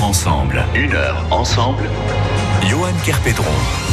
ensemble. 1 heure ensemble. Johan Kerpedron.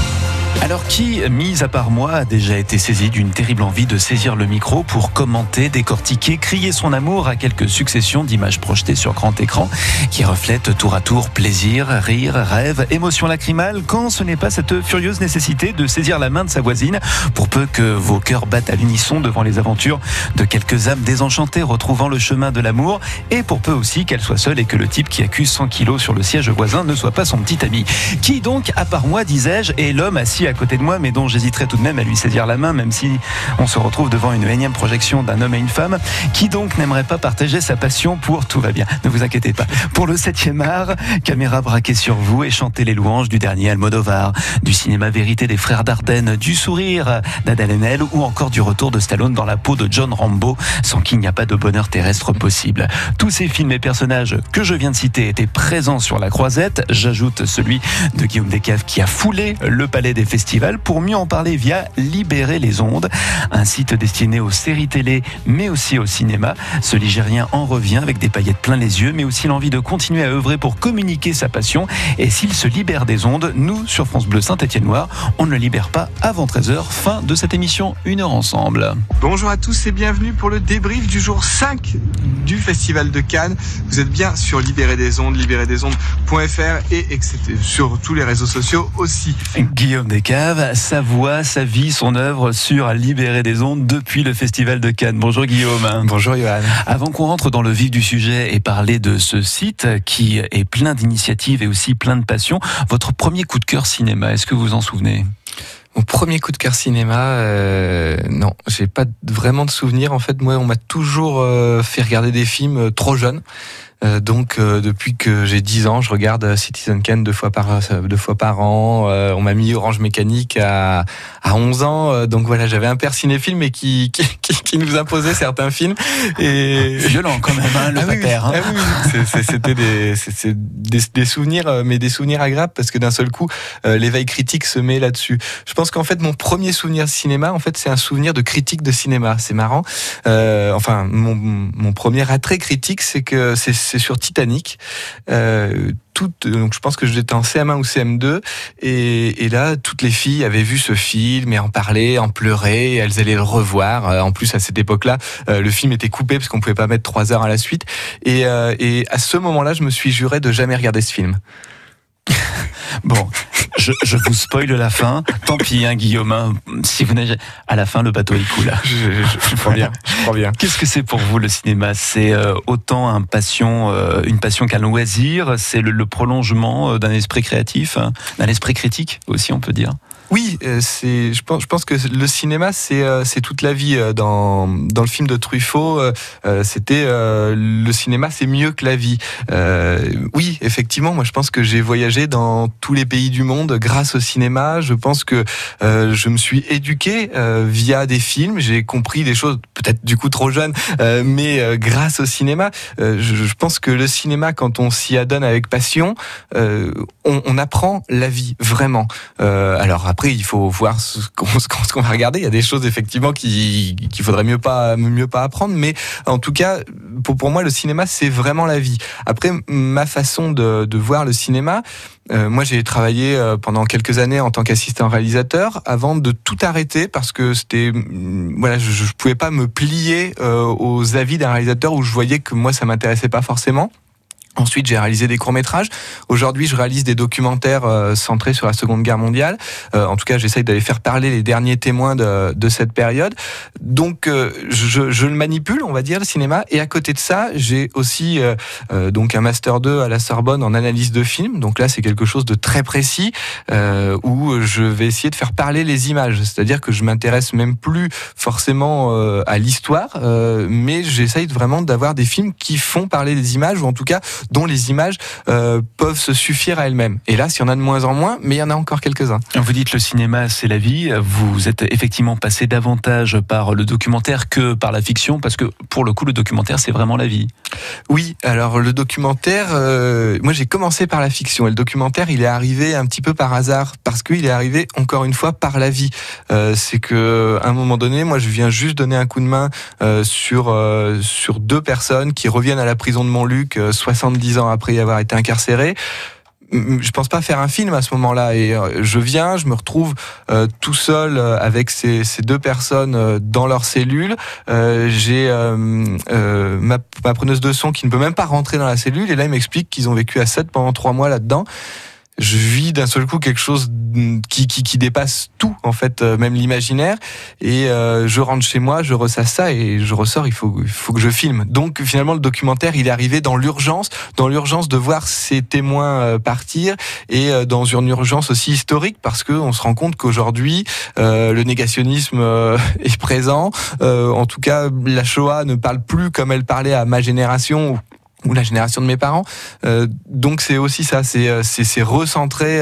Alors qui, mis à part moi, a déjà été saisi d'une terrible envie de saisir le micro pour commenter, décortiquer, crier son amour à quelques successions d'images projetées sur grand écran qui reflètent tour à tour plaisir, rire, rêve, émotion lacrymale, quand ce n'est pas cette furieuse nécessité de saisir la main de sa voisine pour peu que vos cœurs battent à l'unisson devant les aventures de quelques âmes désenchantées retrouvant le chemin de l'amour, et pour peu aussi qu'elle soit seule et que le type qui accuse 100 kilos sur le siège voisin ne soit pas son petit ami. Qui donc, à part moi, disais-je, est l'homme assis à côté de moi, mais dont j'hésiterais tout de même à lui saisir la main, même si on se retrouve devant une énième projection d'un homme et une femme. Qui donc n'aimerait pas partager sa passion pour Tout va bien, ne vous inquiétez pas. Pour le 7e art, caméra braquée sur vous et chanter les louanges du dernier Almodovar, du cinéma vérité des frères Dardenne, du sourire d'Adèle Haenel ou encore du retour de Stallone dans la peau de John Rambo, sans qu'il n'y a pas de bonheur terrestre possible. Tous ces films et personnages que je viens de citer étaient présents sur la Croisette. J'ajoute celui de Guillaume Descaves qui a foulé le palais des festivals pour mieux en parler via Libérer les ondes, un site destiné aux séries télé mais aussi au cinéma. Ce Ligérien en revient avec des paillettes plein les yeux, mais aussi l'envie de continuer à œuvrer pour communiquer sa passion. Et s'il se libère des ondes, nous sur France Bleu Saint-Étienne-Noir, on ne le libère pas avant 13h. Fin de cette émission 1 heure ensemble. Bonjour à tous et bienvenue pour le débrief du jour 5 du Festival de Cannes. Vous êtes bien sur Libérer des ondes, libérerdesondes.fr et sur tous les réseaux sociaux aussi. Guillaume Descaves, sa voix, sa vie, son œuvre sur Libérer des ondes depuis le Festival de Cannes. Bonjour Guillaume. Bonjour Johan. Avant qu'on rentre dans le vif du sujet et parler de ce site qui est plein d'initiatives et aussi plein de passion, votre premier coup de cœur cinéma, est-ce que vous vous en souvenez ? Mon premier coup de cœur cinéma, non, j'ai pas vraiment de souvenir. En fait, moi, on m'a toujours fait regarder des films trop jeunes. Donc depuis que j'ai 10 ans, je regarde Citizen Kane 2 fois par an. On m'a mis Orange Mécanique à 11 ans. Donc voilà, j'avais un père cinéphile mais qui nous imposait certains films. Et violent quand même, hein, le père. Oui, hein. C'était des souvenirs, mais des souvenirs agréables parce que d'un seul coup, l'éveil critique se met là-dessus. Je pense qu'en fait, mon premier souvenir de cinéma, en fait, c'est un souvenir de critique de cinéma. C'est marrant. Mon premier attrait critique, c'est que c'est sur Titanic. Donc je pense que j'étais en CM1 ou CM2 et là toutes les filles avaient vu ce film et en parlaient, en pleuraient, et elles allaient le revoir. En plus à cette époque-là, le film était coupé parce qu'on pouvait pas mettre 3 heures à la suite. Et à ce moment-là, je me suis juré de jamais regarder ce film. Bon, je vous spoil la fin. Tant pis, hein, Guillaume. Hein, si vous n'avez à la fin, le bateau il coule. Je crois bien. Qu'est-ce que c'est pour vous le cinéma ? C'est autant une passion qu'un loisir. C'est le prolongement d'un esprit créatif, hein, d'un esprit critique aussi, on peut dire. Oui, je pense que le cinéma c'est toute la vie. Dans le film de Truffaut, c'était le cinéma c'est mieux que la vie. Oui, effectivement, moi je pense que j'ai voyagé dans tous les pays du monde grâce au cinéma. Je pense que je me suis éduqué via des films. J'ai compris des choses peut-être du coup trop jeune, mais grâce au cinéma, je pense que le cinéma, quand on s'y adonne avec passion, on apprend la vie vraiment. Alors après, il faut voir ce qu'on va regarder. Il y a des choses effectivement qu'il faudrait mieux pas apprendre, mais en tout cas, pour moi, le cinéma, c'est vraiment la vie. Après, ma façon de voir le cinéma, moi, j'ai travaillé pendant quelques années en tant qu'assistant réalisateur avant de tout arrêter parce que c'était, voilà, je pouvais pas me plier aux avis d'un réalisateur où je voyais que moi, ça m'intéressait pas forcément. Ensuite, j'ai réalisé des courts-métrages. Aujourd'hui, je réalise des documentaires centrés sur la Seconde Guerre mondiale. En tout cas, j'essaye d'aller faire parler les derniers témoins de cette période. Donc, je le manipule, on va dire, le cinéma. Et à côté de ça, j'ai aussi donc un Master 2 à la Sorbonne en analyse de film. Donc là, c'est quelque chose de très précis où je vais essayer de faire parler les images. C'est-à-dire que je m'intéresse même plus forcément à l'histoire, mais j'essaye vraiment d'avoir des films qui font parler les images, ou en tout cas dont les images peuvent se suffire à elles-mêmes. Et là, s'il y en a de moins en moins, mais il y en a encore quelques-uns. Vous dites le cinéma, c'est la vie. Vous êtes effectivement passé davantage par le documentaire que par la fiction, parce que pour le coup, le documentaire, c'est vraiment la vie. Oui, alors le documentaire, moi j'ai commencé par la fiction, et le documentaire, il est arrivé un petit peu par hasard, parce qu'il est arrivé, encore une fois, par la vie. C'est que à un moment donné, moi je viens juste donner un coup de main sur 2 personnes qui reviennent à la prison de Montluc 70 70 ans après y avoir été incarcéré. Je pense pas faire un film à ce moment-là, et je me retrouve tout seul avec ces deux personnes dans leur cellule. J'ai ma preneuse de son qui ne peut même pas rentrer dans la cellule, et là ils m'expliquent qu'ils ont vécu à 7 pendant 3 mois là-dedans. Je vis d'un seul coup quelque chose qui dépasse tout, en fait, même l'imaginaire. Et je rentre chez moi, je ressasse ça et je ressors. Il faut que je filme. Donc finalement, le documentaire, il est arrivé dans l'urgence de voir ces témoins partir, et dans une urgence aussi historique, parce que on se rend compte qu'aujourd'hui, le négationnisme est présent. En tout cas, la Shoah ne parle plus comme elle parlait à ma génération ou la génération de mes parents. Donc c'est aussi ça, c'est recentrer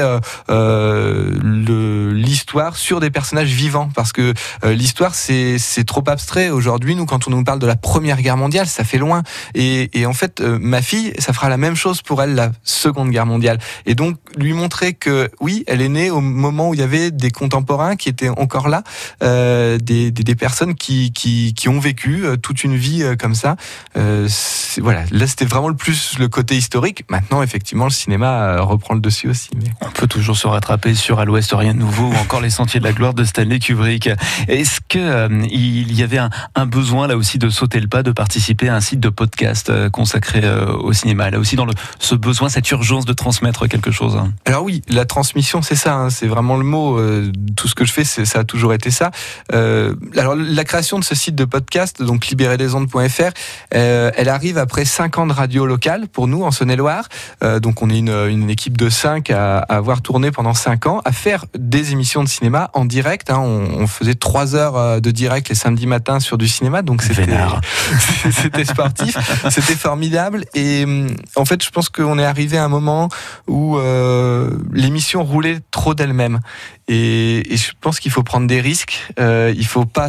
l'histoire sur des personnages vivants, parce que l'histoire c'est trop abstrait aujourd'hui. Nous, quand on nous parle de la Première Guerre mondiale, ça fait loin, et en fait ma fille, ça fera la même chose pour elle, la Seconde Guerre mondiale, et donc lui montrer que oui, elle est née au moment où il y avait des contemporains qui étaient encore là, des personnes qui ont vécu toute une vie comme ça. Voilà, là c'était vraiment le côté historique. Maintenant, effectivement, le cinéma reprend le dessus aussi. Mais... on peut toujours se rattraper sur À l'Ouest, rien de nouveau, ou encore Les Sentiers de la Gloire de Stanley Kubrick. Est-ce que il y avait un besoin là aussi de sauter le pas, de participer à un site de podcast consacré au cinéma, là aussi dans ce besoin, cette urgence de transmettre quelque chose? Alors oui, la transmission, c'est ça, hein, c'est vraiment le mot. Tout ce que je fais, ça a toujours été ça. Alors la création de ce site de podcast, donc libéredesondes.fr, elle arrive après 5 ans de radio locale pour nous en Saône-et-Loire. Donc on est une équipe de 5 à avoir tourné pendant 5 ans, à faire des émissions de cinéma en direct. Hein. On faisait 3 heures de direct les samedis matins sur du cinéma, donc c'était sportif, c'était formidable. Et en fait, je pense qu'on est arrivé à un moment où l'émission roulait trop d'elle-même. Et je pense qu'il faut prendre des risques. Il faut pas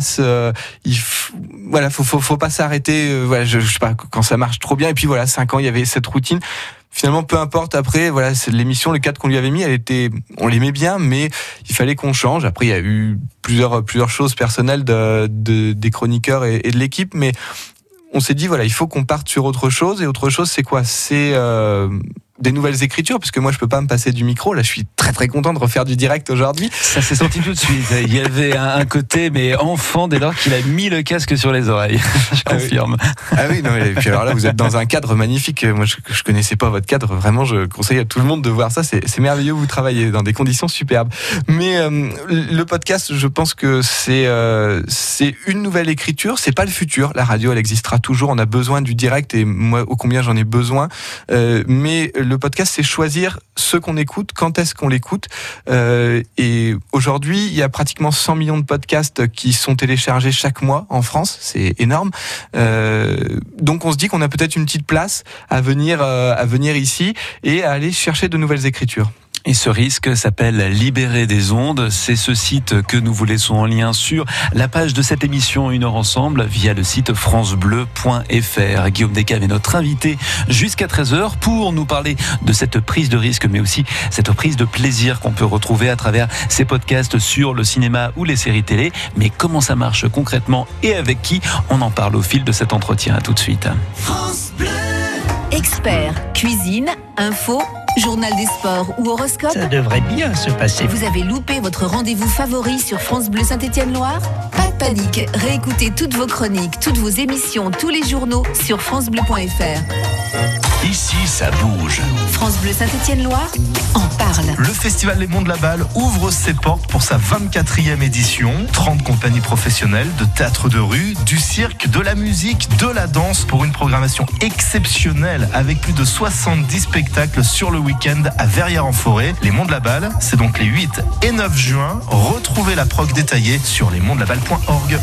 faut pas s'arrêter. Voilà, je sais pas, quand ça marche trop bien. Et puis voilà, 5 ans, il y avait cette routine. Finalement, peu importe. Après, voilà, c'est l'émission, le cadre qu'on lui avait mis, on l'aimait bien, mais il fallait qu'on change. Après, il y a eu plusieurs choses personnelles des chroniqueurs et de l'équipe, mais on s'est dit voilà, il faut qu'on parte sur autre chose. Et autre chose, c'est quoi? C'est des nouvelles écritures, parce que moi je peux pas me passer du micro. Là, je suis très très content de refaire du direct aujourd'hui. Ça s'est senti tout de suite. Il y avait un côté mais enfant dès lors qu'il a mis le casque sur les oreilles. Je confirme. Ah oui, non, et puis alors là, vous êtes dans un cadre magnifique. Moi, je connaissais pas votre cadre. Vraiment, je conseille à tout le monde de voir ça. C'est merveilleux. Vous travaillez dans des conditions superbes. Mais le podcast, je pense que c'est une nouvelle écriture. C'est pas le futur. La radio, elle existera toujours. On a besoin du direct, et moi, ô combien j'en ai besoin. Mais le podcast, c'est choisir ce qu'on écoute, quand est-ce qu'on l'écoute. Et aujourd'hui, il y a pratiquement 100 millions de podcasts qui sont téléchargés chaque mois en France. C'est énorme. Donc on se dit qu'on a peut-être une petite place à venir ici et à aller chercher de nouvelles écritures. Et ce risque s'appelle Libérer des ondes. C'est ce site que nous vous laissons en lien sur la page de cette émission Une heure ensemble via le site francebleu.fr. Guillaume Descaves est notre invité jusqu'à 13h pour nous parler de cette prise de risque, mais aussi cette prise de plaisir qu'on peut retrouver à travers ces podcasts sur le cinéma ou les séries télé. Mais comment ça marche concrètement et avec qui? On en parle au fil de cet entretien. À tout de suite. France Bleu. Experts, cuisine, info, journal des sports ou horoscope. Ça devrait bien se passer. Vous avez loupé votre rendez-vous favori sur France Bleu Saint-Étienne-Loire? Pas de panique, réécoutez toutes vos chroniques, toutes vos émissions, tous les journaux sur francebleu.fr. Ici, ça bouge. France Bleu Saint-Étienne-Loire en parle. Le Festival Les Monts de la Balle ouvre ses portes pour sa 24e édition. 30 compagnies professionnelles de théâtre de rue, du cirque, de la musique, de la danse, pour une programmation exceptionnelle avec plus de 70 spectacles sur le week-end à Verrières-en-Forêt. Les Monts de la Balle, c'est donc les 8 et 9 juin. Retrouvez la prog détaillée sur lesmontsdelaballe.org.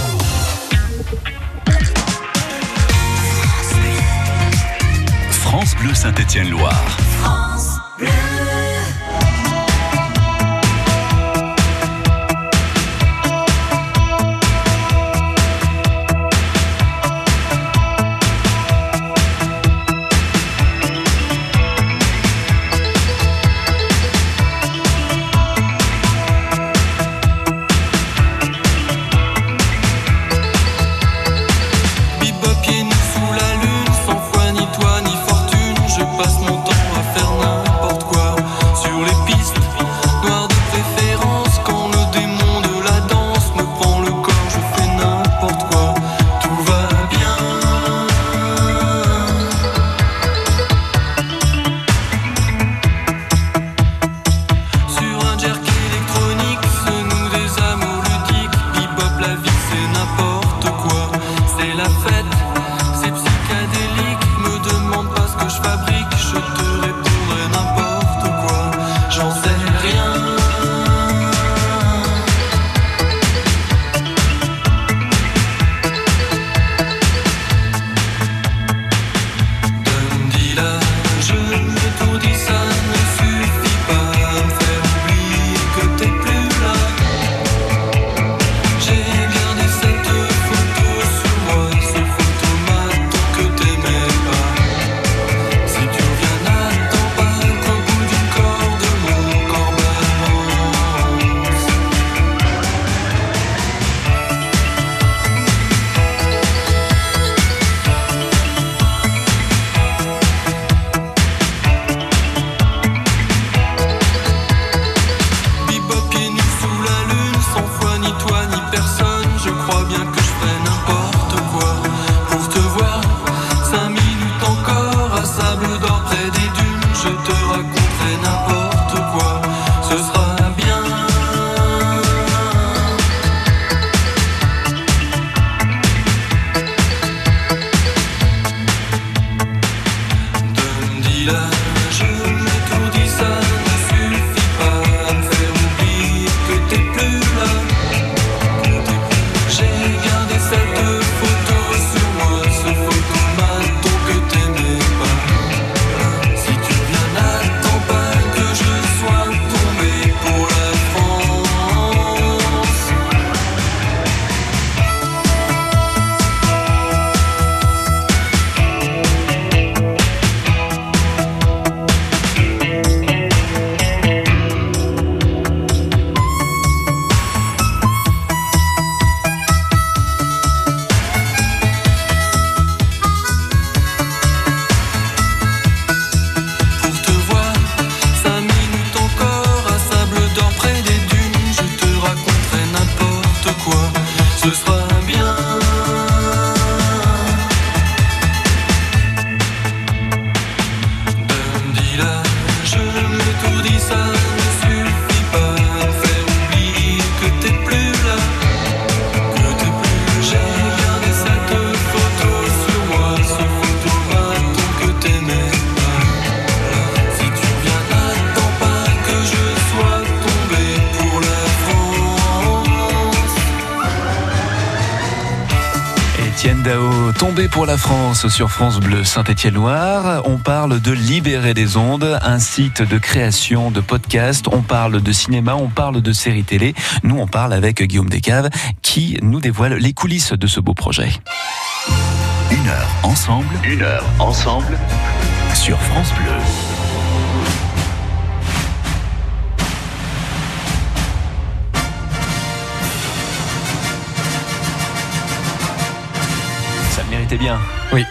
France Bleu Saint-Étienne-Loire. France Bleu. Pieds nus sous la lune, sans foi ni toi ni fortune, je c'est la fête, c'est psychédélique. Me demande pas ce que je fabrique, je te répondrai n'importe quoi, j'en sais rien. Tombé pour la France sur France Bleu Saint-Étienne-Loire. On parle de Libérer des ondes, un site de création de podcasts. On parle de cinéma, on parle de séries télé. Nous, on parle avec Guillaume Descaves qui nous dévoile les coulisses de ce beau projet. 1 heure ensemble sur France Bleu. Méritait bien. Oui.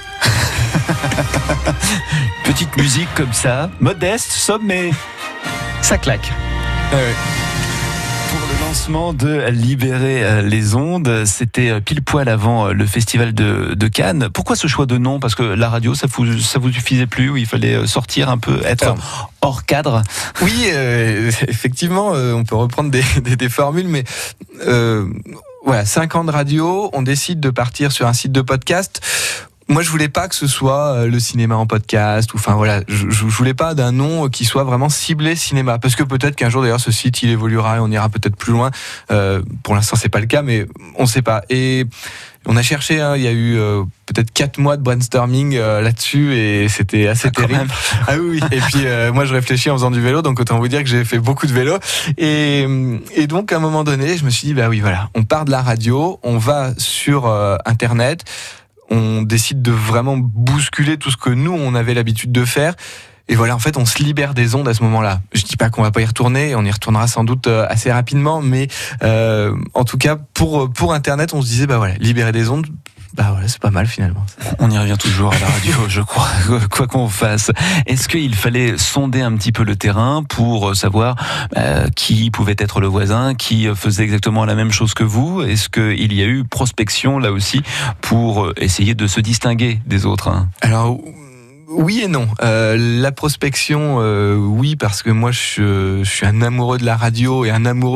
Petite musique comme ça, modeste, somme, mais ça claque. Oui. Pour le lancement de Libérer les ondes, c'était pile poil avant le festival de Cannes. Pourquoi ce choix de nom ? Parce que la radio, ça vous suffisait plus, ou il fallait sortir un peu, être hors cadre ? Oui, effectivement, on peut reprendre des formules, mais voilà, 5 ans de radio, on décide de partir sur un site de podcast. Moi, je voulais pas que ce soit le cinéma en podcast, ou enfin voilà, je voulais pas d'un nom qui soit vraiment ciblé cinéma, parce que peut-être qu'un jour d'ailleurs ce site il évoluera et on ira peut-être plus loin. Pour l'instant, c'est pas le cas, mais on sait pas. Et on a cherché, il y a eu peut-être 4 mois de brainstorming là-dessus, et c'était assez terrible. Ah oui. Et puis moi, je réfléchis en faisant du vélo, donc autant vous dire que j'ai fait beaucoup de vélo. Et donc à un moment donné, je me suis dit bah oui, voilà, on part de la radio, on va sur Internet. On décide de vraiment bousculer tout ce que nous, on avait l'habitude de faire. Et voilà, en fait, on se libère des ondes à ce moment-là. Je dis pas qu'on va pas y retourner, on y retournera sans doute assez rapidement, mais en tout cas, pour Internet, on se disait, bah voilà, libérer des ondes, bah voilà, c'est pas mal finalement. On y revient toujours à la radio, je crois, quoi qu'on fasse. Est-ce qu'il fallait sonder un petit peu le terrain pour savoir qui pouvait être le voisin, qui faisait exactement la même chose que vous ? Est-ce qu'il y a eu prospection là aussi pour essayer de se distinguer des autres ? Alors oui et non. La prospection, oui, parce que moi je suis un amoureux de la radio et un amoureux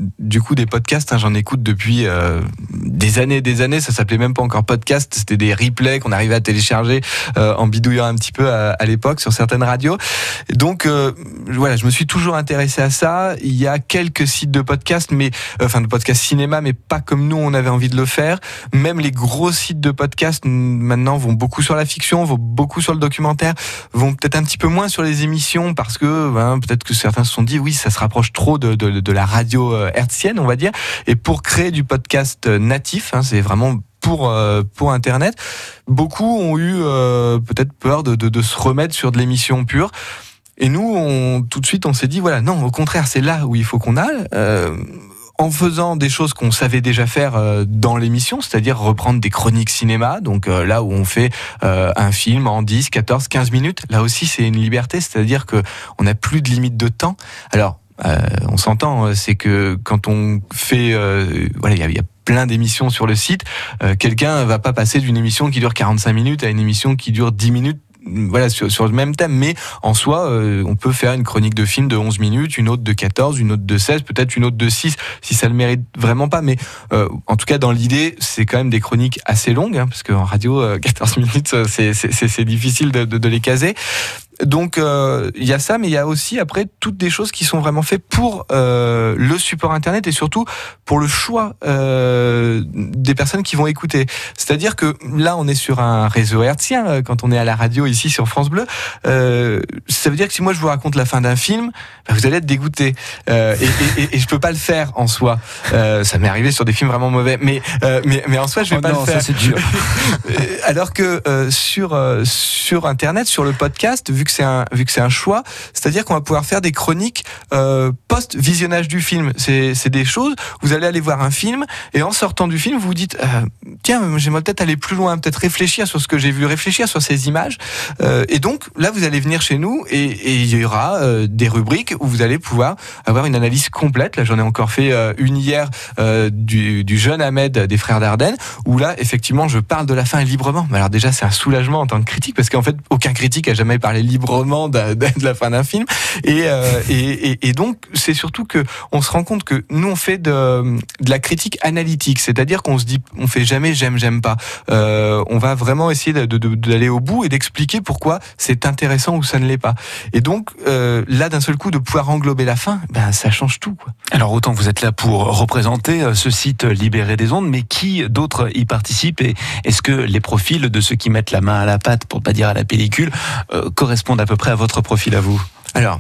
du coup des podcasts, j'en écoute depuis des années. Ça s'appelait même pas encore podcast, c'était des replays qu'on arrivait à télécharger en bidouillant un petit peu à l'époque sur certaines radios. Donc voilà, je me suis toujours intéressé à ça. Il y a quelques sites de podcasts, de podcasts cinéma, mais pas comme nous on avait envie de le faire. Même les gros sites de podcasts maintenant vont beaucoup sur la fiction, vont beaucoup sur le documentaire, vont peut-être un petit peu moins sur les émissions parce que peut-être que certains se sont dit oui, ça se rapproche trop de la radio hertzienne, on va dire. Et pour créer du podcast natif, c'est vraiment pour Internet, beaucoup ont eu peut-être peur de se remettre sur de l'émission pure. Et nous, tout de suite, on s'est dit voilà, non, au contraire, c'est là où il faut qu'on aille. En faisant des choses qu'on savait déjà faire dans l'émission, c'est-à-dire reprendre des chroniques cinéma, donc là où on fait un film en 10, 14, 15 minutes, là aussi c'est une liberté, c'est-à-dire qu'on n'a plus de limite de temps. Alors, on s'entend, c'est que quand on fait... il y a plein d'émissions sur le site, quelqu'un va pas passer d'une émission qui dure 45 minutes à une émission qui dure 10 minutes, sur le même thème, mais en soi on peut faire une chronique de film de 11 minutes, une autre de 14, une autre de 16, peut-être une autre de 6 si ça le mérite vraiment pas, mais en tout cas dans l'idée c'est quand même des chroniques assez longues, parce qu'en radio 14 minutes c'est difficile de les caser. Donc il y a ça, mais il y a aussi après toutes des choses qui sont vraiment faites pour le support internet et surtout pour le choix des personnes qui vont écouter. C'est-à-dire que là on est sur un réseau hertzien quand on est à la radio ici sur France Bleu. Ça veut dire que si moi je vous raconte la fin d'un film, vous allez être dégoûté et je peux pas le faire en soi. Ça m'est arrivé sur des films vraiment mauvais, mais en soi je vais pas le faire. Ça c'est dur. Alors que sur internet, sur le podcast, vu que c'est un choix, c'est-à-dire qu'on va pouvoir faire des chroniques post-visionnage du film. C'est des choses, vous allez aller voir un film et en sortant du film, vous vous dites tiens, j'aimerais peut-être aller plus loin, peut-être réfléchir sur ce que j'ai vu, réfléchir sur ces images. Et donc là, vous allez venir chez nous et il y aura des rubriques où vous allez pouvoir avoir une analyse complète. Là, j'en ai encore fait une hier du jeune Ahmed des Frères Dardenne, où là, effectivement, je parle de la fin librement. Mais alors déjà, c'est un soulagement en tant que critique, parce qu'en fait, aucun critique a jamais parlé librement de la fin d'un film. Et donc, c'est surtout que on se rend compte que nous, on fait de la critique analytique, c'est-à-dire qu'on se dit, on fait jamais j'aime pas. On va vraiment essayer d'aller au bout et d'expliquer pourquoi c'est intéressant ou ça ne l'est pas. Et donc, là, d'un seul coup, de pouvoir englober la fin, ça change tout, quoi. Alors, autant vous êtes là pour représenter ce site Libéré des ondes, mais qui d'autres y participent, et est-ce que les profils de ceux qui mettent la main à la pâte, pour ne pas dire à la pellicule, correspondent à peu près à votre profil à vous? Alors,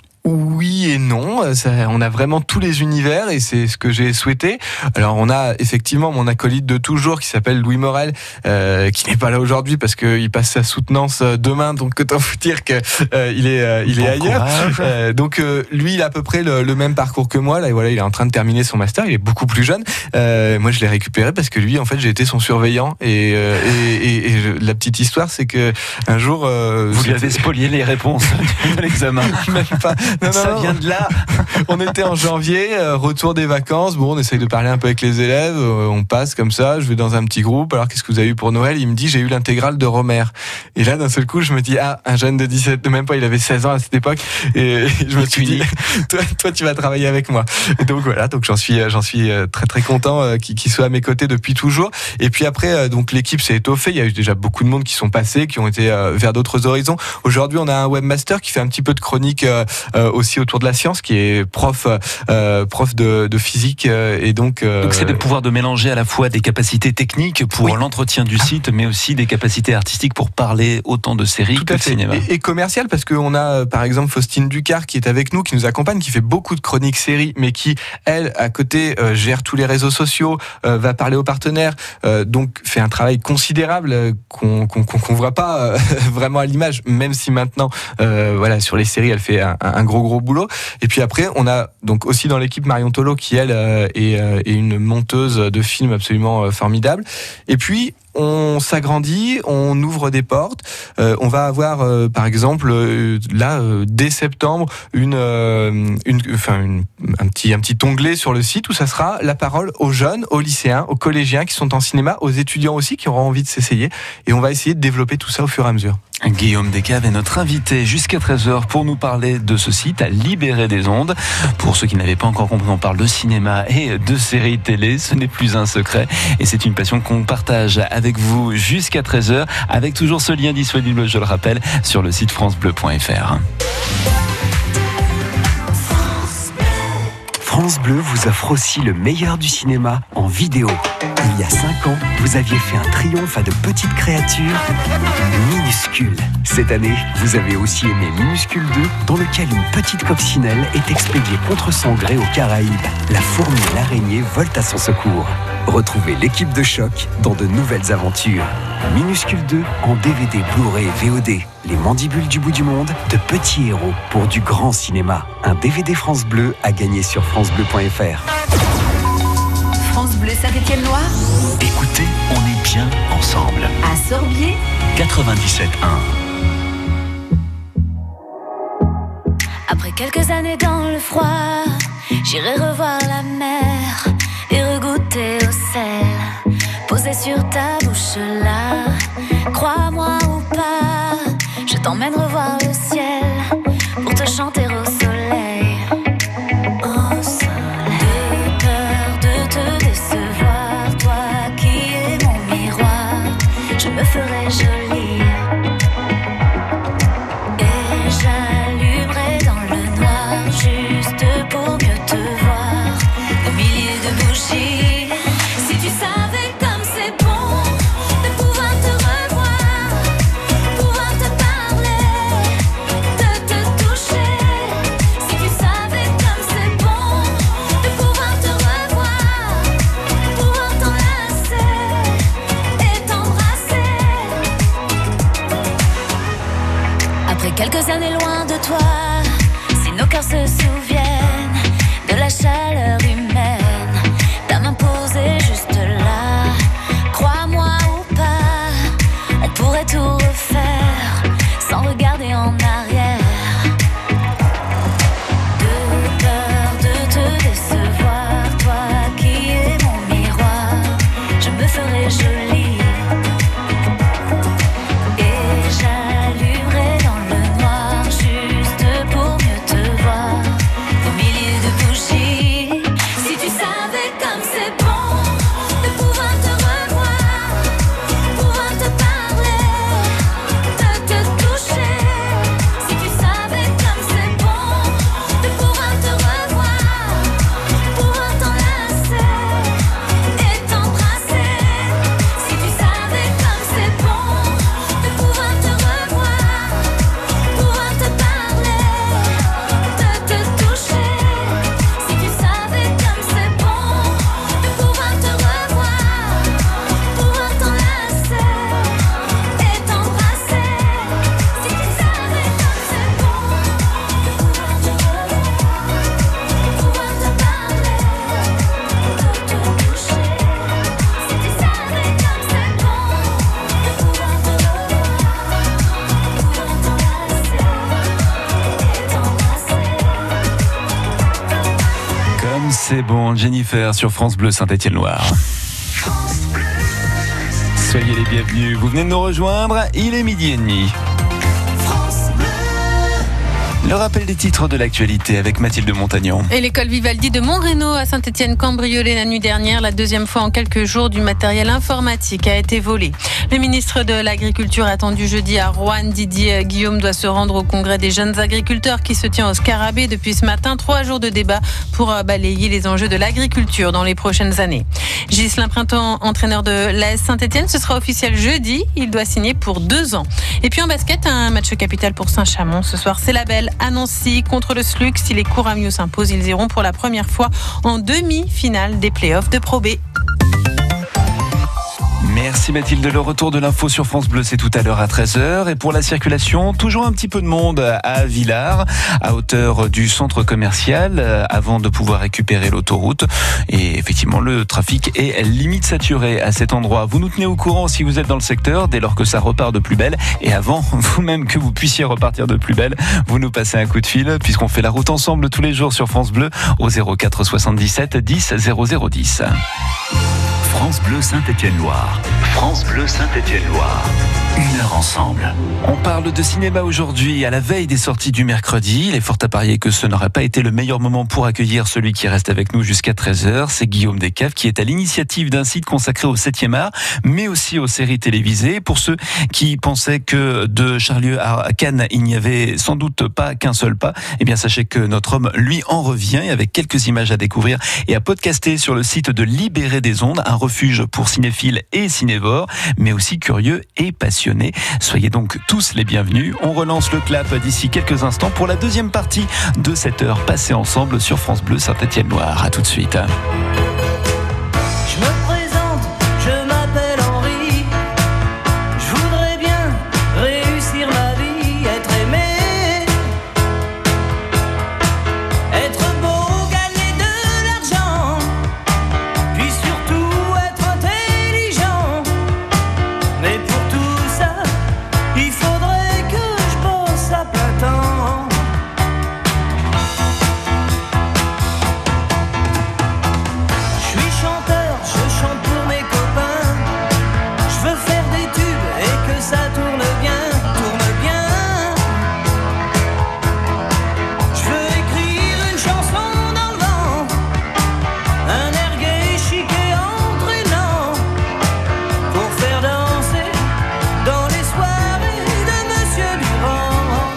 oui et non, on a vraiment tous les univers et c'est ce que j'ai souhaité. Alors on a effectivement mon acolyte de toujours qui s'appelle Louis Morel, qui n'est pas là aujourd'hui parce qu'il passe sa soutenance demain, donc autant vous dire que il est ailleurs. Donc lui il a à peu près le même parcours que moi. Là voilà, il est en train de terminer son master, il est beaucoup plus jeune. Moi je l'ai récupéré parce que lui en fait j'ai été son surveillant et la petite histoire c'est que un jour vous lui avez spolié les réponses de l'examen. Même pas. Non, ça vient de là. On était en janvier, retour des vacances. Bon, on essaye de parler un peu avec les élèves. On passe comme ça. Je vais dans un petit groupe. Alors, qu'est-ce que vous avez eu pour Noël? Il me dit, j'ai eu l'intégrale de Romer. Et là, d'un seul coup, je me dis, un jeune de 17, même pas, il avait 16 ans à cette époque. Et je me suis dit, toi, tu vas travailler avec moi. Et donc voilà. Donc j'en suis très très content qu'il soit à mes côtés depuis toujours. Et puis après, donc l'équipe s'est étoffée. Il y a eu déjà beaucoup de monde qui sont passés, qui ont été vers d'autres horizons. Aujourd'hui, on a un webmaster qui fait un petit peu de chronique. Aussi autour de la science, qui est prof de physique et donc c'est le pouvoir de mélanger à la fois des capacités techniques pour l'entretien du site, mais aussi des capacités artistiques pour parler autant de séries que de cinéma. Et commercial, parce qu'on a par exemple Faustine Ducard qui est avec nous, qui nous accompagne, qui fait beaucoup de chroniques séries, mais qui elle à côté gère tous les réseaux sociaux, va parler aux partenaires, donc fait un travail considérable qu'on voit pas vraiment à l'image, même si maintenant sur les séries elle fait un gros boulot. Et puis après on a donc aussi dans l'équipe Marion Tolo qui elle est une monteuse de films absolument formidable. Et puis on s'agrandit, on ouvre des portes. On va avoir, par exemple, dès septembre, un petit onglet sur le site où ça sera la parole aux jeunes, aux lycéens, aux collégiens qui sont en cinéma, aux étudiants aussi qui auront envie de s'essayer. Et on va essayer de développer tout ça au fur et à mesure. Guillaume Descaves est notre invité jusqu'à 13h pour nous parler de ce site à Libérer des ondes. Pour ceux qui n'avaient pas encore compris, on parle de cinéma et de séries télé. Ce n'est plus un secret et c'est une passion qu'on partage avec vous jusqu'à 13h avec toujours ce lien disponible, je le rappelle, sur le site francebleu.fr. France Bleu vous offre aussi le meilleur du cinéma en vidéo. Il y a 5 ans, vous aviez fait un triomphe à de petites créatures minuscules. Cette année, vous avez aussi aimé Minuscule 2, dans lequel une petite coccinelle est expédiée contre son gré aux Caraïbes. La fourmi et l'araignée volent à son secours. Retrouvez l'équipe de choc dans de nouvelles aventures. Minuscule 2 en DVD, Blu-ray et VOD. Les mandibules du bout du monde, de petits héros pour du grand cinéma. Un DVD France Bleu à gagner sur francebleu.fr. France Bleu Saint-Étienne-Loire. Écoutez, on est bien ensemble. À Sorbier. 97.1. Après quelques années dans le froid, j'irai revoir la mer et regoûter au sel. Posé sur ta bouche là, crois-moi ou pas, je t'emmène revoir le ciel pour te chanter au soleil. Au soleil. De peur de te décevoir, toi qui es mon miroir, je me ferai jolie et j'allumerai dans le noir juste pour mieux te voir. Des milliers de bougies, si tu savais comme c'est bon de pouvoir te revoir, pouvoir te parler, de te toucher. Si tu savais comme c'est bon de pouvoir te revoir, pouvoir t'enlacer et t'embrasser. Après quelques années loin de toi, si nos cœurs se souviennent de la chaleur humaine, ta main posée juste là, crois-moi ou pas, on pourrait tout refaire sans regarder en arrière. De peur de te décevoir, toi qui es mon miroir, je me ferai jolie et j'allumerai dans le noir juste pour mieux te voir. Des milliers de bougies, si tu savais comme c'est bon de pouvoir te revoir, pouvoir te parler, de te toucher. Si tu savais comme c'est bon de pouvoir te revoir, pouvoir t'enlacer et t'embrasser. Si tu savais comme c'est bon de pouvoir te revoir, pouvoir te parler, de te toucher. Si tu savais comme c'est bon de pouvoir te revoir, pouvoir t'enlacer et t'embrasser. Si tu savais comme c'est bon de pouvoir te revoir, pouvoir te parler, de te toucher. Si tu savais comme c'est bon de pouvoir te revoir, pouvoir t'enlacer et t'embrasser. Comme c'est bon, Jennifer sur France Bleu Saint-Étienne-Loire. Soyez les bienvenus, vous venez de nous rejoindre, il est 12h30. Le rappel des titres de l'actualité avec Mathilde Montagnon. Et l'école Vivaldi de Montreno à Saint-Étienne cambriolée la nuit dernière. La deuxième fois en quelques jours, du matériel informatique a été volé. Le ministre de l'Agriculture attendu jeudi à Roanne, Didier Guillaume, doit se rendre au congrès des jeunes agriculteurs qui se tient au Scarabée depuis ce matin. 3 jours de débat pour balayer les enjeux de l'agriculture dans les prochaines années. Ghislain Printemps, entraîneur de l'AS Saint-Étienne, ce sera officiel jeudi. Il doit signer pour 2 ans. Et puis en basket, un match capital pour Saint-Chamond. Ce soir, c'est la belle à Nancy contre le SLUC. Si les Couramio s'imposent, ils iront pour la première fois en demi-finale des playoffs de Pro B. Merci Mathilde. Le retour de l'info sur France Bleu, c'est tout à l'heure à 13h. Et pour la circulation, toujours un petit peu de monde à Villars, à hauteur du centre commercial, avant de pouvoir récupérer l'autoroute. Et effectivement, le trafic est limite saturé à cet endroit. Vous nous tenez au courant si vous êtes dans le secteur, dès lors que ça repart de plus belle. Et avant, vous-même que vous puissiez repartir de plus belle, vous nous passez un coup de fil, puisqu'on fait la route ensemble tous les jours sur France Bleu, au 04 77 10 00 10. France Bleu Saint-Étienne-Loire. France Bleu Saint-Étienne-Loire. Une heure ensemble. On parle de cinéma aujourd'hui, à la veille des sorties du mercredi. Il est fort à parier que ce n'aurait pas été le meilleur moment pour accueillir celui qui reste avec nous jusqu'à 13h. C'est Guillaume Descaves qui est à l'initiative d'un site consacré au 7e art, mais aussi aux séries télévisées. Pour ceux qui pensaient que de Charlieu à Cannes, il n'y avait sans doute pas qu'un seul pas, eh bien sachez que notre homme, lui, en revient, avec quelques images à découvrir et à podcaster sur le site de Libéré des Ondes, un refuge pour cinéphiles et cinévores, mais aussi curieux et passionnés. Soyez donc tous les bienvenus. On relance le clap d'ici quelques instants pour la deuxième partie de cette heure passée ensemble sur France Bleu Saint-Étienne-Loire. À tout de suite. Je me présente, je m'appelle Henri. Je voudrais bien réussir ma vie, être aimé, être beau, gagner de l'argent, puis surtout être intelligent. Mais pour tout ça, il faudrait que je bosse à plein temps. Je suis chanteur, je chante pour mes copains. Je veux faire des tubes et que ça tourne bien, tourne bien. Je veux écrire une chanson dans le vent, un air gai, chic et entraînant, pour faire danser dans les soirées de Monsieur Durand.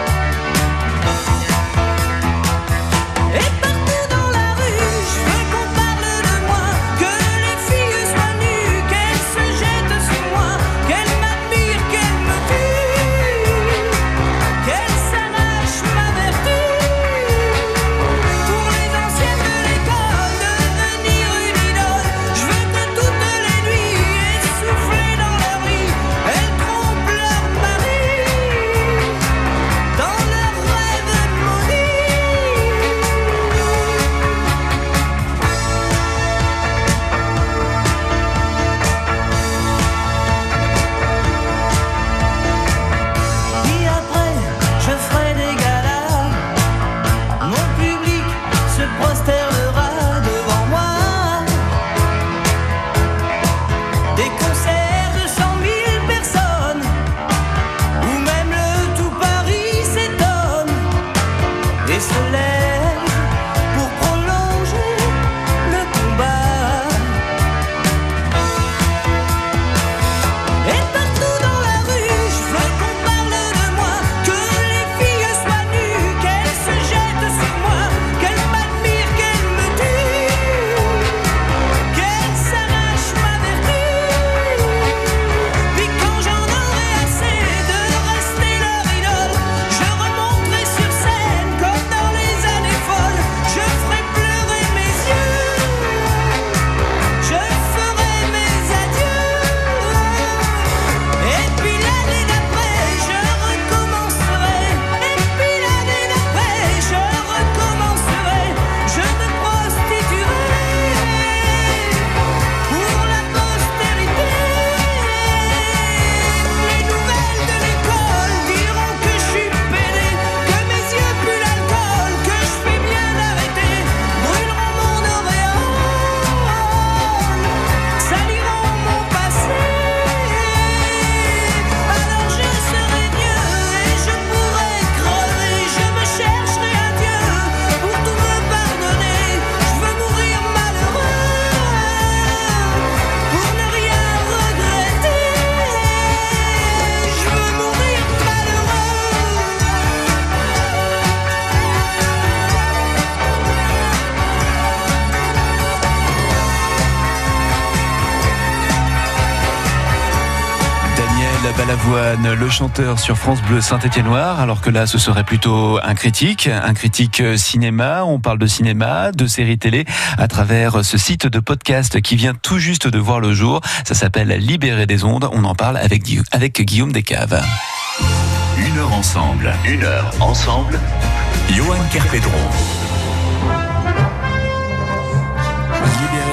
Et partout dans la rue, je veux qu'on parle de moi, que les filles soient nues, qu'elles se jettent sur moi, qu'elles m'admirent, qu'elles me tuent, qu'elles s'arrachent ma vertu. Pour les anciennes de l'école, devenir une idole. Je veux que toutes les nuits, essoufflées dans leur lit, elles trompent leur mari dans leurs rêves maudits. Puis après, je ferai des galas. Mon public se prosternera devant moi. Des concerts de 100 000 personnes, où même le tout Paris s'étonne et se lève pour prolonger le combat. Et partout dans la rue, je veux qu'on parle de moi, que les filles soient nues, qu'elles se jettent sur moi, qu'elles m'admirent, qu'elles me tuent, qu'elles s'arrachent ma vertu. Puis quand j'en aurai assez de rester leur idole, je remonterai sur scène comme dans les années folles. Je ferai pleurer mes yeux, je ferai mes adieux. Et puis l'année d'après, je recommencerai. Et puis l'année d'après, je recommencerai. Je me prostituerai pour la postérité. Les nouvelles de l'école diront que je suis pédé, que mes yeux puent l'alcool, que je fais bien d'arrêter. Brûleront mon auréole, saliront mon passé. Alors je serai mieux et je pourrai crever. Je me chercherai un Dieu pour tout me pardonner. Je veux mourir malheureux pour ne rien regretter. Je veux mourir malheureux. Daniel Balavoine, le chanteur sur France Bleu Saint-Étienne-Loire, alors que là ce serait plutôt un critique cinéma. On parle de cinéma, de séries télé à travers ce site de podcast qui vient tout juste de voir le jour. Ça s'appelle Libéré des Ondes. On en parle avec Guillaume Descaves. Une heure ensemble. Une heure ensemble. Johan Kerpedron. Libéré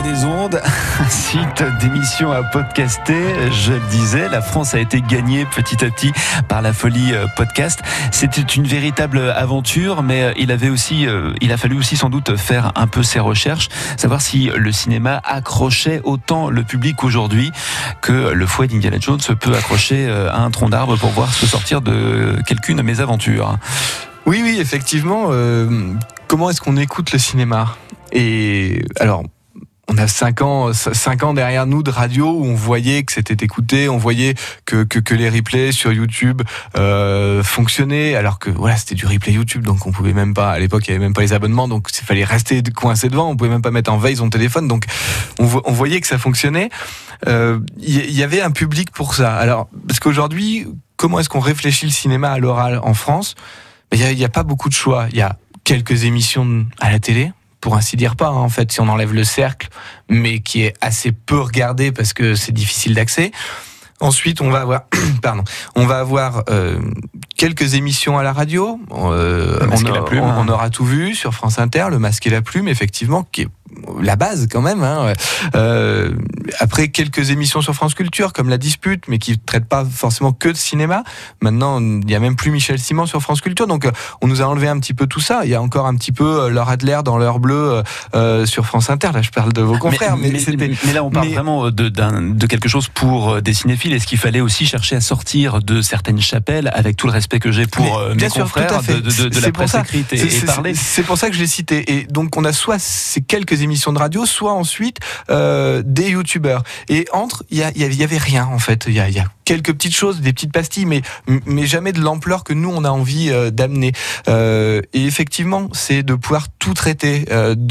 des ondes, un site d'émission à podcaster. Je le disais, la France a été gagnée petit à petit par la folie podcast. C'était une véritable aventure, mais il a fallu aussi sans doute faire un peu ses recherches, savoir si le cinéma accrochait autant le public aujourd'hui que le fouet d'Indiana Jones peut accrocher à un tronc d'arbre pour voir se sortir de quelqu'une de mes aventures. Oui, effectivement. Comment est-ce qu'on écoute le cinéma ? Et alors, on a 5 ans derrière nous de radio où on voyait que c'était écouté, on voyait que les replays sur YouTube fonctionnaient, alors que voilà, c'était du replay YouTube, donc on pouvait même pas, à l'époque il y avait même pas les abonnements, donc il fallait rester coincé devant, on pouvait même pas mettre en veille son téléphone, donc on voyait que ça fonctionnait. Il y avait un public pour ça. Alors, parce qu'aujourd'hui, comment est-ce qu'on réfléchit le cinéma à l'oral en France ? Il y a pas beaucoup de choix. Il y a quelques émissions à la télé, pour ainsi dire pas, en fait, si on enlève Le Cercle, mais qui est assez peu regardé parce que c'est difficile d'accès. Ensuite, on va avoir quelques émissions à la radio. On aura tout vu sur France Inter, Le Masque et la Plume, effectivement, qui est la base quand même. Après, quelques émissions sur France Culture, comme La Dispute, mais qui ne traitent pas forcément que de cinéma. Maintenant, il n'y a même plus Michel Simon sur France Culture, donc on nous a enlevé un petit peu tout ça. Il y a encore un petit peu Laure Adler dans l'heure bleue sur France Inter. Là, je parle de vos confrères. Mais là, on parle vraiment de quelque chose pour des cinéphiles. Est-ce qu'il fallait aussi chercher à sortir de certaines chapelles, avec tout le respect que j'ai pour mes confrères, de la presse écrite et parlée ? C'est pour ça que je l'ai cité. Et donc, on a soit ces quelques émissions de radio, soit ensuite des youtubeurs. Et entre, il y avait rien en fait. Il y a quelques petites choses, des petites pastilles, mais jamais de l'ampleur que nous on a envie d'amener. Et effectivement, c'est de pouvoir tout traiter.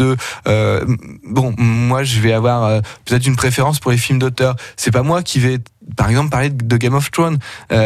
Moi, je vais avoir peut-être une préférence pour les films d'auteur. C'est pas moi qui vais, par exemple, parler de Game of Thrones.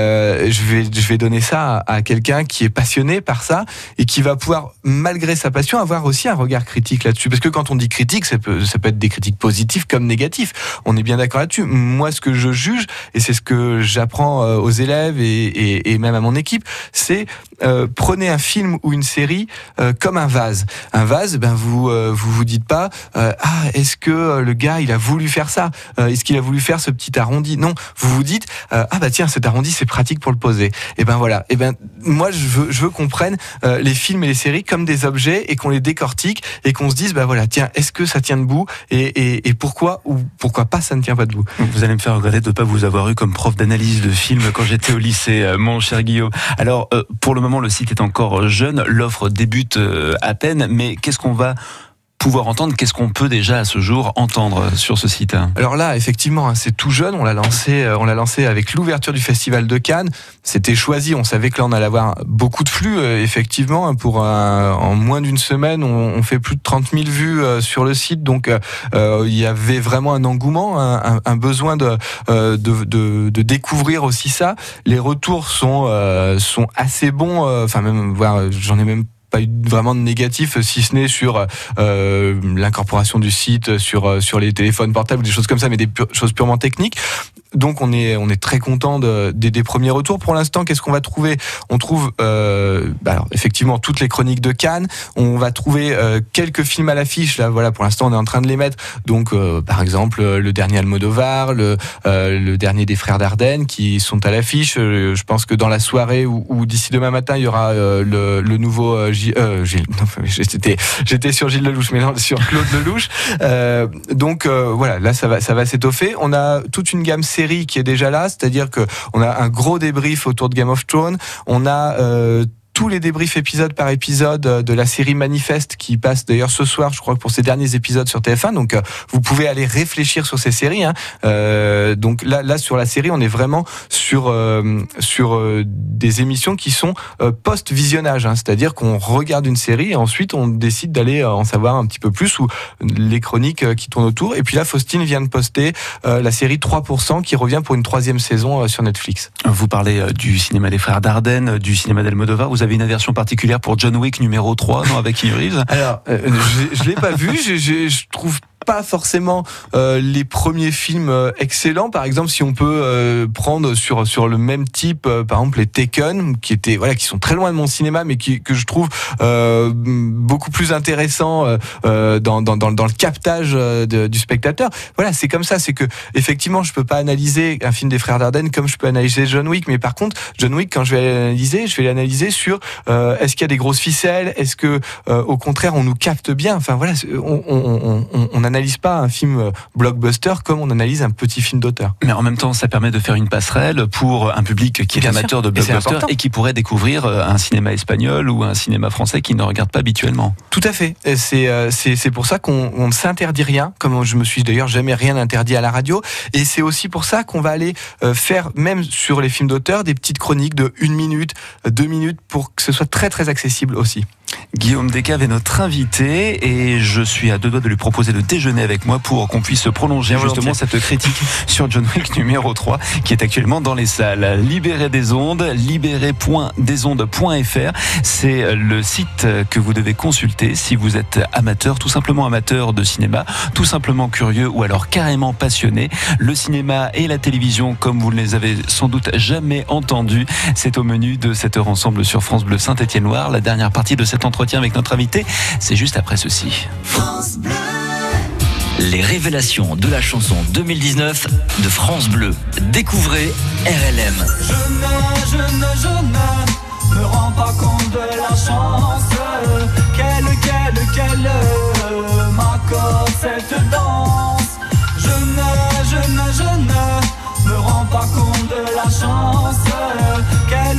Je vais donner ça à quelqu'un qui est passionné par ça et qui va pouvoir, malgré sa passion, avoir aussi un regard critique là-dessus. Parce que quand on dit critique, ça peut être des critiques positives comme négatives. On est bien d'accord là-dessus. Moi, ce que je juge, et c'est ce que j'apprends aux élèves et même à mon équipe, c'est prenez un film ou une série comme un vase. Un vase, vous dites pas est-ce que le gars il a voulu faire ça, est-ce qu'il a voulu faire ce petit arrondi. Non, vous vous dites tiens, cet arrondi c'est pratique pour le poser. Et voilà. Moi je veux qu'on prenne les films et les séries comme des objets et qu'on les décortique et qu'on se dise tiens, est-ce que ça tient debout et pourquoi ou pourquoi pas ça ne tient pas debout. Vous allez me faire regretter de ne pas vous avoir eu comme prof d'analyse de films quand j'étais au lycée, mon cher Guillaume. Alors pour le moment le site est encore jeune, l'offre débute à peine, mais qu'est-ce qu'on va pouvoir entendre, qu'est-ce qu'on peut déjà à ce jour entendre sur ce site ? Alors là, effectivement, c'est tout jeune. On l'a lancé avec l'ouverture du Festival de Cannes. C'était choisi. On savait que là, on allait avoir beaucoup de flux, effectivement. En moins d'une semaine, on fait plus de 30 000 vues sur le site. Donc, il y avait vraiment un engouement, un besoin de découvrir aussi ça. Les retours sont assez bons. J'en ai même pas eu vraiment de négatif, si ce n'est sur l'incorporation du site, sur les téléphones portables, des choses comme ça, mais des choses purement techniques. Donc on est très content des premiers retours. Pour l'instant, qu'est-ce qu'on va trouver ? On trouve effectivement toutes les chroniques de Cannes. On va trouver quelques films à l'affiche. Là, voilà, pour l'instant, on est en train de les mettre. Donc, par exemple, le dernier Almodovar, le dernier des Frères Dardenne, qui sont à l'affiche. Je pense que dans la soirée ou d'ici demain matin, il y aura le nouveau j'étais sur Gilles Lelouch, mais non, sur Claude Lelouch. Voilà, là, ça va s'étoffer. On a toute une gamme série qui est déjà là, c'est-à-dire que on a un gros débrief autour de Game of Thrones. On a tous les débriefs épisode par épisode de la série Manifeste qui passe d'ailleurs ce soir, je crois, pour ces derniers épisodes sur TF1. Donc vous pouvez aller réfléchir sur ces séries. Donc là sur la série, on est vraiment sur des émissions qui sont post-visionnage, c'est-à-dire qu'on regarde une série et ensuite on décide d'aller en savoir un petit peu plus, ou les chroniques qui tournent autour. Et puis là, Faustine vient de poster la série 3% qui revient pour une 3e saison sur Netflix. Vous parlez du cinéma des Frères Dardenne, du cinéma d'Almodovar. Vous avez une aversion particulière pour John Wick numéro 3, non, avec Keanu Reeves ? Alors, je l'ai pas vu. Je trouve pas forcément les premiers films excellents. Par exemple, si on peut prendre sur le même type, par exemple les Taken, qui sont très loin de mon cinéma, mais que je trouve beaucoup plus intéressant dans le captage du spectateur. Voilà, c'est comme ça. C'est que effectivement, je peux pas analyser un film des frères Dardenne comme je peux analyser John Wick. Mais par contre, John Wick, quand je vais l'analyser sur est-ce qu'il y a des grosses ficelles, est-ce que au contraire on nous capte bien. Enfin voilà, on n'analyse pas un film blockbuster comme on analyse un petit film d'auteur. Mais en même temps, ça permet de faire une passerelle pour un public qui est amateur de blockbuster et qui pourrait découvrir un cinéma espagnol ou un cinéma français qui ne regarde pas habituellement. Tout à fait. Et c'est pour ça qu'on ne s'interdit rien, comme je me suis d'ailleurs jamais rien interdit à la radio. Et c'est aussi pour ça qu'on va aller faire, même sur les films d'auteur, des petites chroniques de 1 minute, 2 minutes, pour que ce soit très très accessible aussi. Guillaume Descaves est notre invité et je suis à 2 doigts de lui proposer de déjeuner avec moi pour qu'on puisse prolonger justement cette critique sur John Wick numéro 3 qui est actuellement dans les salles. Libéré des ondes, libéré.desondes.fr, c'est le site que vous devez consulter si vous êtes amateur, tout simplement amateur de cinéma, tout simplement curieux ou alors carrément passionné. Le cinéma et la télévision, comme vous ne les avez sans doute jamais entendus, c'est au menu de cette heure ensemble sur France Bleu Saint-Étienne-Loire. La dernière partie de cet entretien avec notre invité, c'est juste après ceci. France Bleu. Les révélations de la chanson 2019 de France Bleu. Découvrez RLM. Je ne me rends pas compte de la chance qu'elle m'accorde cette danse. Je ne me rends pas compte de la chance qu'elle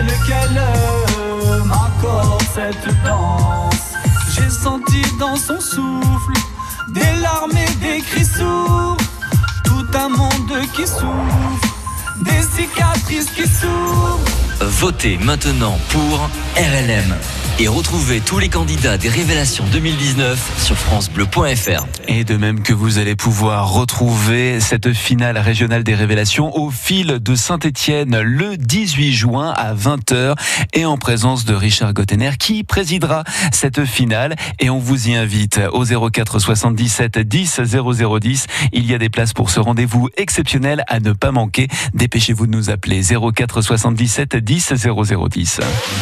m'accorde cette danse. J'ai senti dans son souffle des larmes et des cris sourds, tout un monde qui souffre, des cicatrices qui s'ouvrent. Votez maintenant pour RLM et retrouvez tous les candidats des révélations 2019 sur francebleu.fr. Et de même que vous allez pouvoir retrouver cette finale régionale des révélations au fil de Saint-Étienne le 18 juin à 20h et en présence de Richard Gottener qui présidera cette finale et on vous y invite au 04 77 10 0010. Il y a des places pour ce rendez-vous exceptionnel à ne pas manquer. Dépêchez-vous de nous appeler 04 77 10 0010.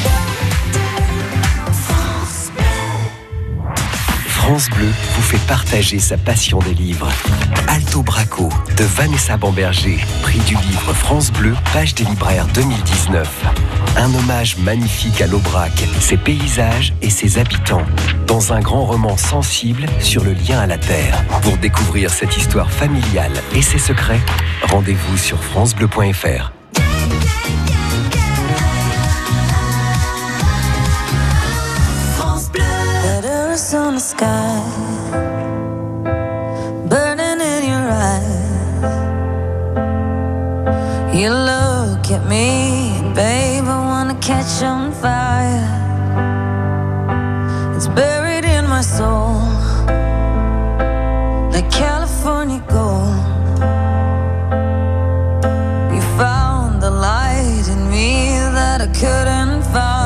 France Bleu vous fait partager sa passion des livres. Alto Braco de Vanessa Bamberger, prix du livre France Bleu, page des libraires 2019. Un hommage magnifique à l'Aubrac, ses paysages et ses habitants, dans un grand roman sensible sur le lien à la terre. Pour découvrir cette histoire familiale et ses secrets, rendez-vous sur francebleu.fr. On the sky, burning in your eyes. You look at me, babe, I wanna catch on fire. It's buried in my soul, like California gold. You found the light in me that I couldn't find.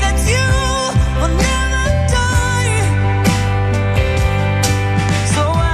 So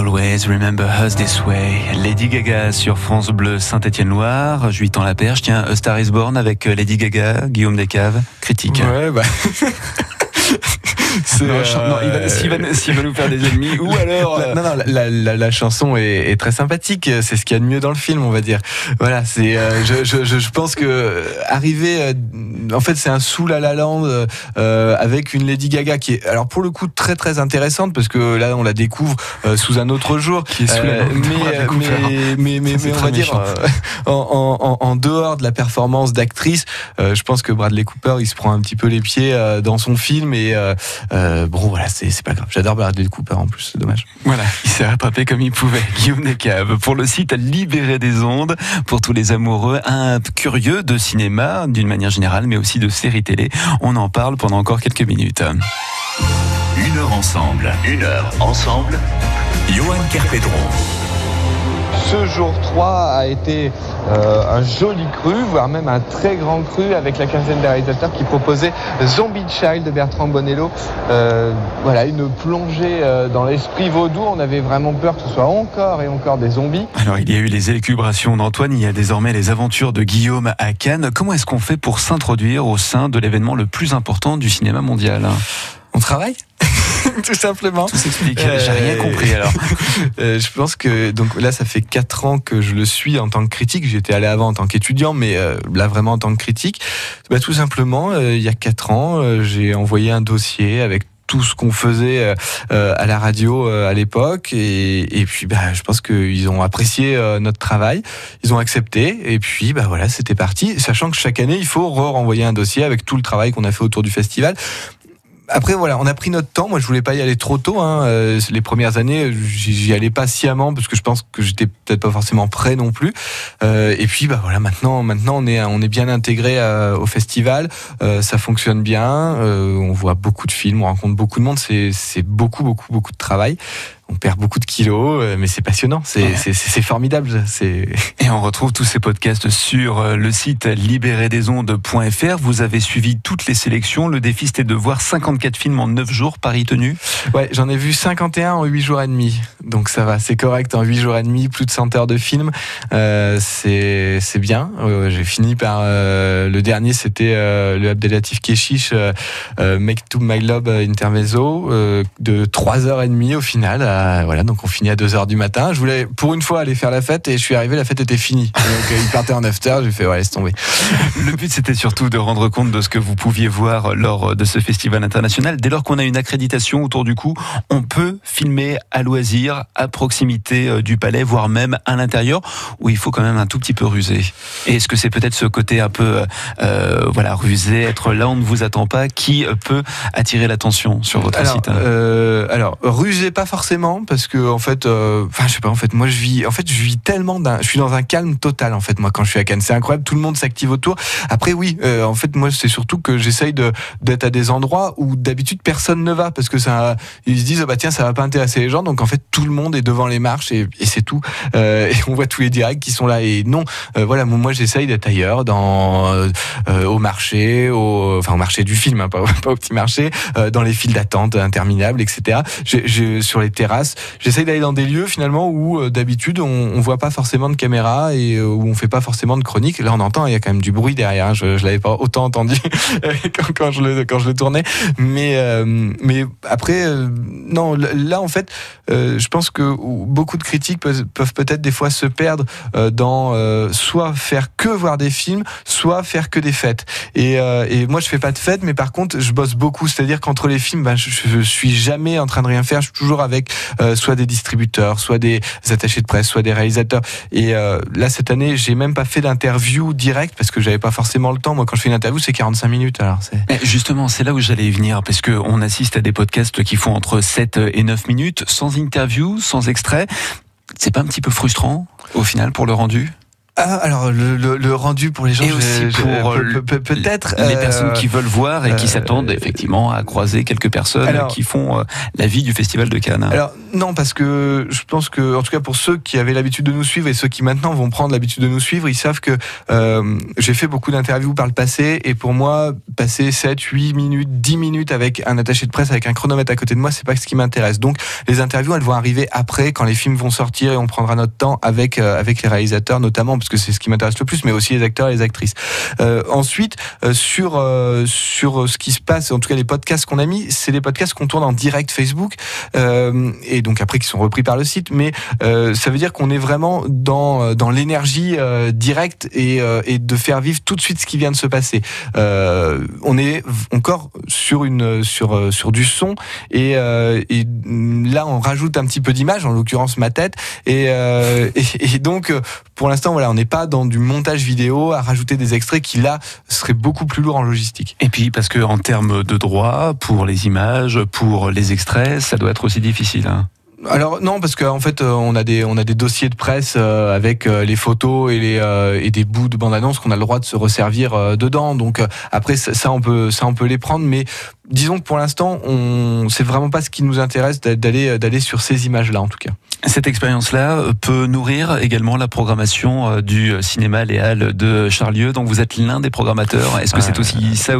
Always Remember Us This Way. Lady Gaga sur France Bleu Saint-Étienne-Loire. Je lui tends la perche. Tiens, A Star is Born avec Lady Gaga, Guillaume Descaves. Critique. Ouais, bah. S'il va nous faire des ennemis, ou alors. La chanson est très sympathique. C'est ce qu'il y a de mieux dans le film, on va dire. Voilà, c'est. Je pense que arriver, en fait, c'est un sous La La Land avec une Lady Gaga qui est, alors pour le coup, très très intéressante parce que là, on la découvre sous un autre jour. Qui est sous mais on va dire en dehors de la performance d'actrice, je pense que Bradley Cooper, il se prend un petit peu les pieds dans son film et bon voilà, c'est pas grave. J'adore Bradley Cooper en plus, c'est dommage. Voilà, il s'est rattrapé comme il pouvait. Guillaume Descaves pour le site Libéré des ondes, pour tous les amoureux, un curieux de cinéma d'une manière générale, mais aussi de séries télé. On en parle pendant encore quelques minutes. 1 heure ensemble. 1 heure ensemble. Johan Kerpedron. Ce jour 3 a été un joli cru, voire même un très grand cru avec la quinzaine des réalisateurs qui proposaient Zombie Child de Bertrand Bonello. Voilà, une plongée dans l'esprit vaudou. On avait vraiment peur que ce soit encore et encore des zombies. Alors il y a eu les élucubrations d'Antoine, il y a désormais les aventures de Guillaume à Cannes. Comment est-ce qu'on fait pour s'introduire au sein de l'événement le plus important du cinéma mondial ? On travaille tout simplement. Tout s'explique. J'ai rien compris alors. Je pense que donc là ça fait 4 ans que je le suis en tant que critique. J'étais allé avant en tant qu'étudiant, mais là vraiment en tant que critique. Bah, tout simplement, il y a 4 ans, j'ai envoyé un dossier avec tout ce qu'on faisait à la radio à l'époque et puis bah je pense qu'ils ont apprécié notre travail, ils ont accepté et puis bah voilà, c'était parti, sachant que chaque année il faut renvoyer un dossier avec tout le travail qu'on a fait autour du festival. Après voilà, on a pris notre temps. Moi, je voulais pas y aller trop tôt. Les premières années, j'y allais pas sciemment parce que je pense que j'étais peut-être pas forcément prêt non plus. Et puis bah voilà, maintenant on est bien intégré au festival. Ça fonctionne bien. On voit beaucoup de films, on rencontre beaucoup de monde. C'est beaucoup de travail. On perd beaucoup de kilos, mais c'est passionnant, c'est formidable. Et on retrouve tous ces podcasts sur le site libérédesondes.fr. Vous avez suivi toutes les sélections. Le défi, c'était de voir 54 films en 9 jours, pari tenu. Ouais, j'en ai vu 51 en 8 jours et demi. Donc ça va, c'est correct. En 8 jours et demi, plus de 100 heures de film. C'est bien. J'ai fini par... le dernier, c'était le Abdelatif Keshish, Make to My Love Intermezzo, de 3h30 au final. Voilà, donc on finit à 2h du matin. Je voulais pour une fois aller faire la fête et je suis arrivé, la fête était finie. Donc il partait en after, j'ai fait ouais, laisse tomber. Le but c'était surtout de rendre compte de ce que vous pouviez voir lors de ce festival international. Dès lors qu'on a une accréditation autour du cou, on peut filmer à loisir, à proximité du palais, voire même à l'intérieur, où il faut quand même un tout petit peu ruser. Et est-ce que c'est peut-être ce côté un peu voilà, rusé, être là on ne vous attend pas, qui peut attirer l'attention sur votre site Alors ruser pas forcément, parce que en fait, je sais pas, en fait, moi je vis tellement je suis dans un calme total en fait. Moi, quand je suis à Cannes, c'est incroyable, tout le monde s'active autour. Après, oui, en fait, moi, c'est surtout que j'essaye d'être à des endroits où d'habitude personne ne va, parce que ça, ils se disent, bah tiens, ça va pas intéresser les gens, donc en fait, tout le monde est devant les marches et c'est tout. Et on voit tous les directs qui sont là. Et non, voilà, moi, j'essaye d'être ailleurs, au marché, au marché du film, hein, pas au petit marché, dans les files d'attente interminables, etc. Sur les terrasses. J'essaye d'aller dans des lieux finalement où d'habitude on voit pas forcément de caméra et où on fait pas forcément de chronique. Là on entend, il y a quand même du bruit derrière. Hein. Je l'avais pas autant entendu quand je le tournais. Mais après non, là en fait je pense que beaucoup de critiques peuvent peut-être des fois se perdre dans soit faire que voir des films, soit faire que des fêtes. Et moi je fais pas de fêtes, mais par contre je bosse beaucoup. C'est-à-dire qu'entre les films, je suis jamais en train de rien faire. Je suis toujours avec soit des distributeurs, soit des attachés de presse, soit des réalisateurs. Et là, cette année, j'ai même pas fait d'interview directe parce que j'avais pas forcément le temps. Moi, quand je fais une interview, c'est 45 minutes. Alors, justement, c'est là où j'allais y venir, parce qu'on assiste à des podcasts qui font entre 7 et 9 minutes, sans interview, sans extrait. C'est pas un petit peu frustrant, au final, pour le rendu ? Alors le rendu pour les gens, et aussi pour peut-être les personnes qui veulent voir et qui s'attendent effectivement à croiser quelques personnes qui font la vie du Festival de Cannes. Alors non, parce que je pense que, en tout cas pour ceux qui avaient l'habitude de nous suivre et ceux qui maintenant vont prendre l'habitude de nous suivre, ils savent que j'ai fait beaucoup d'interviews par le passé, et pour moi, passer 7, 8 minutes, 10 minutes avec un attaché de presse avec un chronomètre à côté de moi, c'est pas ce qui m'intéresse. Donc les interviews, elles vont arriver après, quand les films vont sortir, et on prendra notre temps avec les réalisateurs notamment, parce que c'est ce qui m'intéresse le plus, mais aussi les acteurs et les actrices. Ensuite, sur ce qui se passe, en tout cas les podcasts qu'on a mis, c'est des podcasts qu'on tourne en direct Facebook, et donc après qui sont repris par le site, mais ça veut dire qu'on est vraiment dans l'énergie directe et de faire vivre tout de suite ce qui vient de se passer. On est encore sur du son, et là on rajoute un petit peu d'image, en l'occurrence ma tête, et donc pour l'instant voilà, on n'est pas dans du montage vidéo à rajouter des extraits qui là seraient beaucoup plus lourds en logistique. Et puis parce que en termes de droits pour les images, pour les extraits, ça doit être aussi difficile, hein. Alors non, parce qu'en fait on a des dossiers de presse avec les photos et des bouts de bande-annonce qu'on a le droit de se resservir dedans. Donc après ça on peut les prendre, mais disons que pour l'instant c'est vraiment pas ce qui nous intéresse d'aller sur ces images-là en tout cas. Cette expérience-là peut nourrir également la programmation du cinéma Les Halles de Charlieu. Donc vous êtes l'un des programmateurs. Est-ce que c'est aussi ça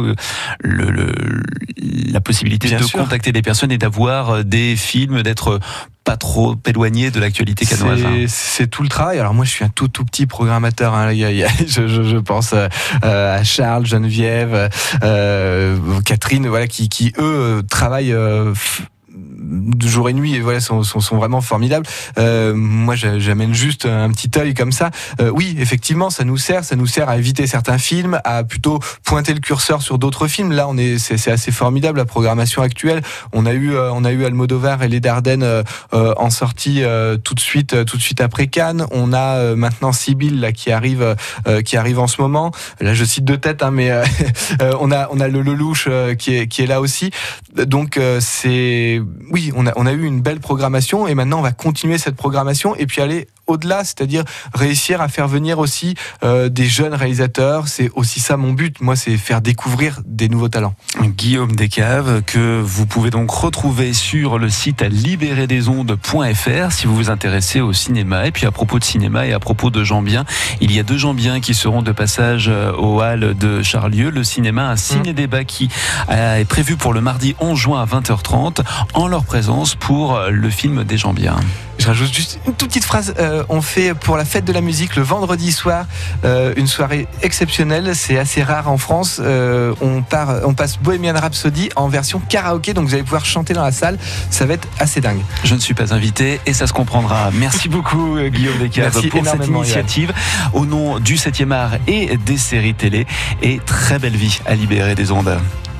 la possibilité Bien de sûr. contacter des personnes et d'avoir des films, d'être pas trop éloigné de l'actualité cannoise? C'est tout le travail. Alors moi je suis un tout petit programmateur, hein. Je pense à Charles, Geneviève, Catherine, voilà, qui eux travaillent de jour et nuit, et voilà, sont vraiment formidables. Moi j'amène juste un petit œil comme ça. Oui, effectivement, ça nous sert à éviter certains films, à plutôt pointer le curseur sur d'autres films. Là c'est assez formidable la programmation actuelle. On a eu Almodovar et Les Dardennes en sortie tout de suite après Cannes. On a maintenant Sibylle là qui arrive en ce moment. Là je cite de tête, hein, mais on a le Lelouch qui est là aussi. Donc oui, on a eu une belle programmation, et maintenant on va continuer cette programmation et puis aller au-delà, c'est-à-dire réussir à faire venir aussi des jeunes réalisateurs. C'est aussi ça mon but, moi, c'est faire découvrir des nouveaux talents. Guillaume Descaves, que vous pouvez donc retrouver sur le site libéredesondes.fr si vous vous intéressez au cinéma. Et puis à propos de cinéma et à propos de Jean Bien, il y a 2 Jean Bien qui seront de passage aux Halles de Charlieu. Le cinéma, un ciné-débat qui est prévu pour le mardi 11 juin à 20h30 en leur présence pour le film des Jean Bien. Je rajoute juste une toute petite phrase. On fait pour la fête de la musique le vendredi soir une soirée exceptionnelle. C'est assez rare en France. On passe Bohemian Rhapsody en version karaoké, donc vous allez pouvoir chanter dans la salle. Ça va être assez dingue. Je ne suis pas invité et ça se comprendra. Merci beaucoup Guillaume Descaves pour cette initiative au nom du 7e art et des séries télé. Et très belle vie à Libérer des ondes.